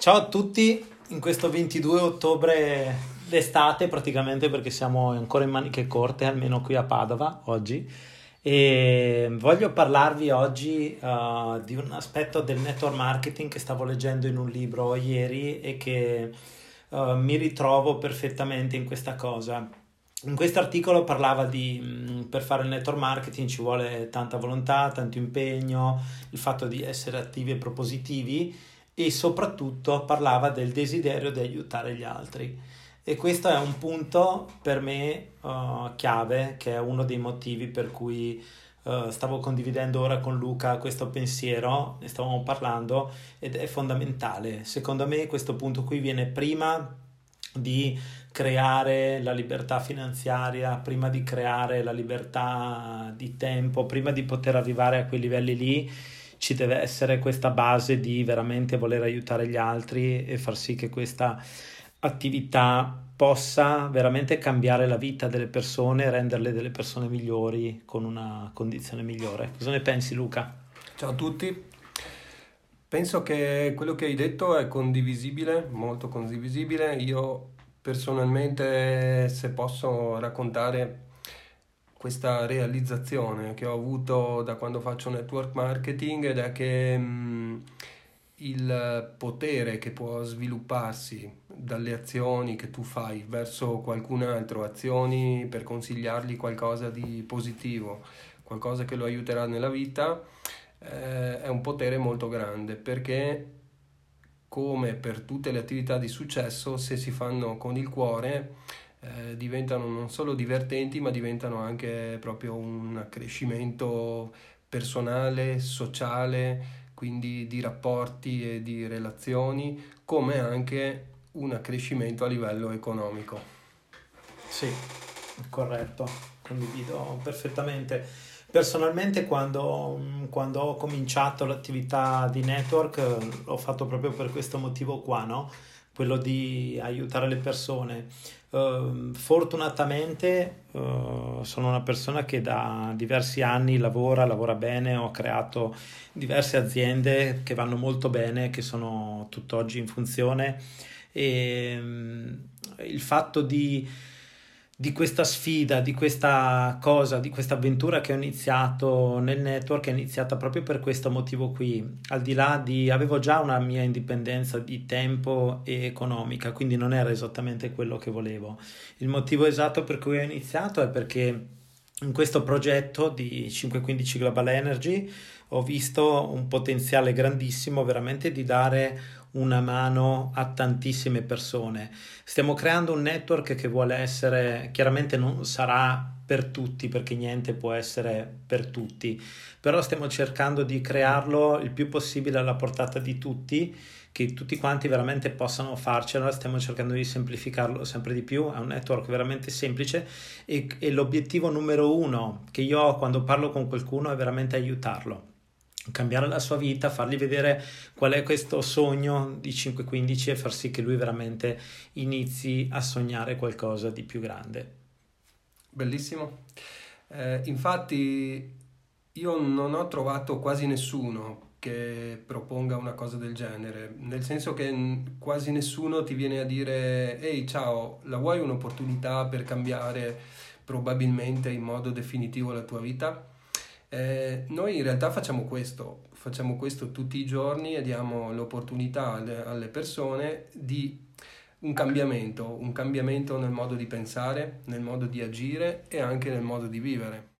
Ciao a tutti, in questo 22 ottobre d'estate praticamente perché siamo ancora in maniche corte, almeno qui a Padova oggi, e voglio parlarvi oggi di un aspetto del network marketing che stavo leggendo in un libro ieri e che mi ritrovo perfettamente in questa cosa. In questo articolo parlava di per fare il network marketing ci vuole tanta volontà, tanto impegno, il fatto di essere attivi e propositivi e soprattutto parlava del desiderio di aiutare gli altri. E questo è un punto per me chiave, che è uno dei motivi per cui stavo condividendo ora con Luca questo pensiero, ne stavamo parlando ed è fondamentale. Secondo me questo punto qui viene prima di creare la libertà finanziaria, prima di creare la libertà di tempo, prima di poter arrivare a quei livelli lì, ci deve essere questa base di veramente voler aiutare gli altri e far sì che questa attività possa veramente cambiare la vita delle persone e renderle delle persone migliori con una condizione migliore. Cosa ne pensi, Luca? Ciao a tutti, penso che quello che hai detto è condivisibile, molto condivisibile. Io personalmente, se posso raccontare questa realizzazione che ho avuto da quando faccio network marketing, ed è che il potere che può svilupparsi dalle azioni che tu fai verso qualcun altro, azioni per consigliargli qualcosa di positivo, qualcosa che lo aiuterà nella vita, è un potere molto grande, perché come per tutte le attività di successo, se si fanno con il cuore, diventano non solo divertenti, ma diventano anche proprio un accrescimento personale, sociale, quindi di rapporti e di relazioni, come anche un accrescimento a livello economico. Sì, corretto, condivido perfettamente. Personalmente, quando ho cominciato l'attività di network, l'ho fatto proprio per questo motivo qua, no? Quello di aiutare le persone. Fortunatamente, sono una persona che da diversi anni lavora bene, ho creato diverse aziende che vanno molto bene, che sono tutt'oggi in funzione e il fatto di questa sfida, di questa cosa, di questa avventura che ho iniziato nel network è iniziata proprio per questo motivo qui. Al di là di, avevo già una mia indipendenza di tempo e economica, quindi non era esattamente quello che volevo. Il motivo esatto per cui ho iniziato è perché in questo progetto di 515 Global Energy ho visto un potenziale grandissimo veramente di dare una mano a tantissime persone. Stiamo creando un network che vuole essere, chiaramente non sarà per tutti perché niente può essere per tutti, però stiamo cercando di crearlo il più possibile alla portata di tutti, che tutti quanti veramente possano farcela. Stiamo cercando di semplificarlo sempre di più, è un network veramente semplice e l'obiettivo numero uno che io ho quando parlo con qualcuno è veramente aiutarlo, cambiare la sua vita, fargli vedere qual è questo sogno di 515 e far sì che lui veramente inizi a sognare qualcosa di più grande. Bellissimo. Infatti io non ho trovato quasi nessuno che proponga una cosa del genere, nel senso che quasi nessuno ti viene a dire: ehi, ciao, la vuoi un'opportunità per cambiare probabilmente in modo definitivo la tua vita? Noi in realtà facciamo questo tutti i giorni, e diamo l'opportunità alle persone di un cambiamento nel modo di pensare, nel modo di agire e anche nel modo di vivere.